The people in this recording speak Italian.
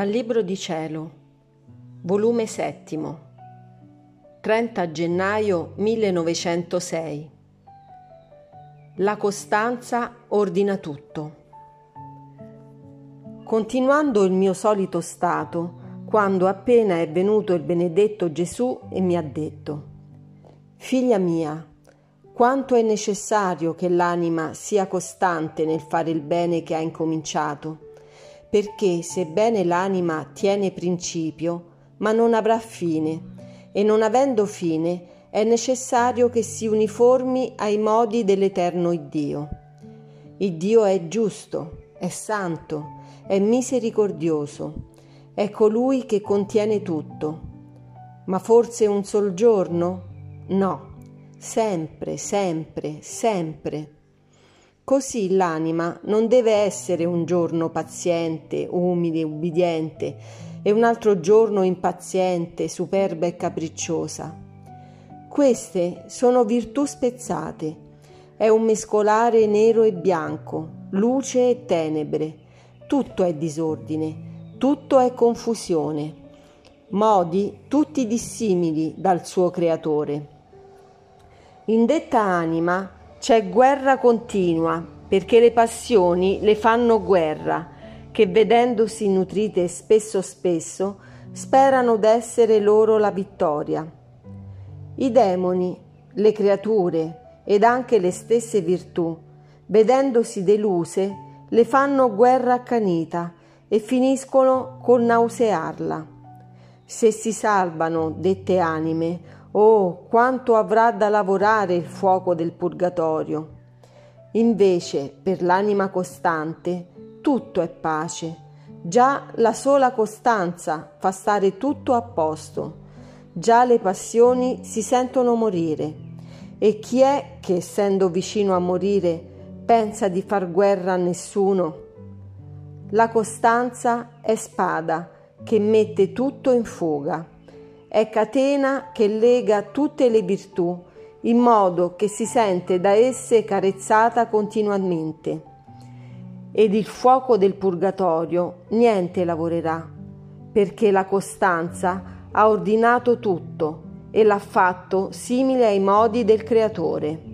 Dal Libro di Cielo, volume 7, 30 gennaio 1906. La costanza ordina tutto. Continuando il mio solito stato, quando appena è venuto il benedetto Gesù e mi ha detto: «Figlia mia, quanto è necessario che l'anima sia costante nel fare il bene che ha incominciato, perché sebbene l'anima tiene principio, ma non avrà fine, e non avendo fine è necessario che si uniformi ai modi dell'eterno Iddio. Iddio è giusto, è santo, è misericordioso, è colui che contiene tutto. Ma forse un sol giorno? No, sempre, sempre, sempre. Così l'anima non deve essere un giorno paziente, umile, ubbidiente, e un altro giorno impaziente, superba e capricciosa. Queste sono virtù spezzate, è un mescolare nero e bianco, luce e tenebre, tutto è disordine, tutto è confusione, modi tutti dissimili dal suo creatore. In detta anima c'è guerra continua, perché le passioni le fanno guerra, che vedendosi nutrite spesso sperano d'essere loro la vittoria. I demoni, le creature ed anche le stesse virtù, vedendosi deluse, le fanno guerra accanita e finiscono col nausearla. Se si salvano dette anime, oh, quanto avrà da lavorare il fuoco del purgatorio! Invece, per l'anima costante, tutto è pace. Già la sola costanza fa stare tutto a posto. Già le passioni si sentono morire. E chi è che, essendo vicino a morire, pensa di far guerra a nessuno? La costanza è spada che mette tutto in fuga. È catena che lega tutte le virtù, in modo che si sente da esse carezzata continuamente. Ed il fuoco del purgatorio niente lavorerà, perché la costanza ha ordinato tutto e l'ha fatto simile ai modi del Creatore.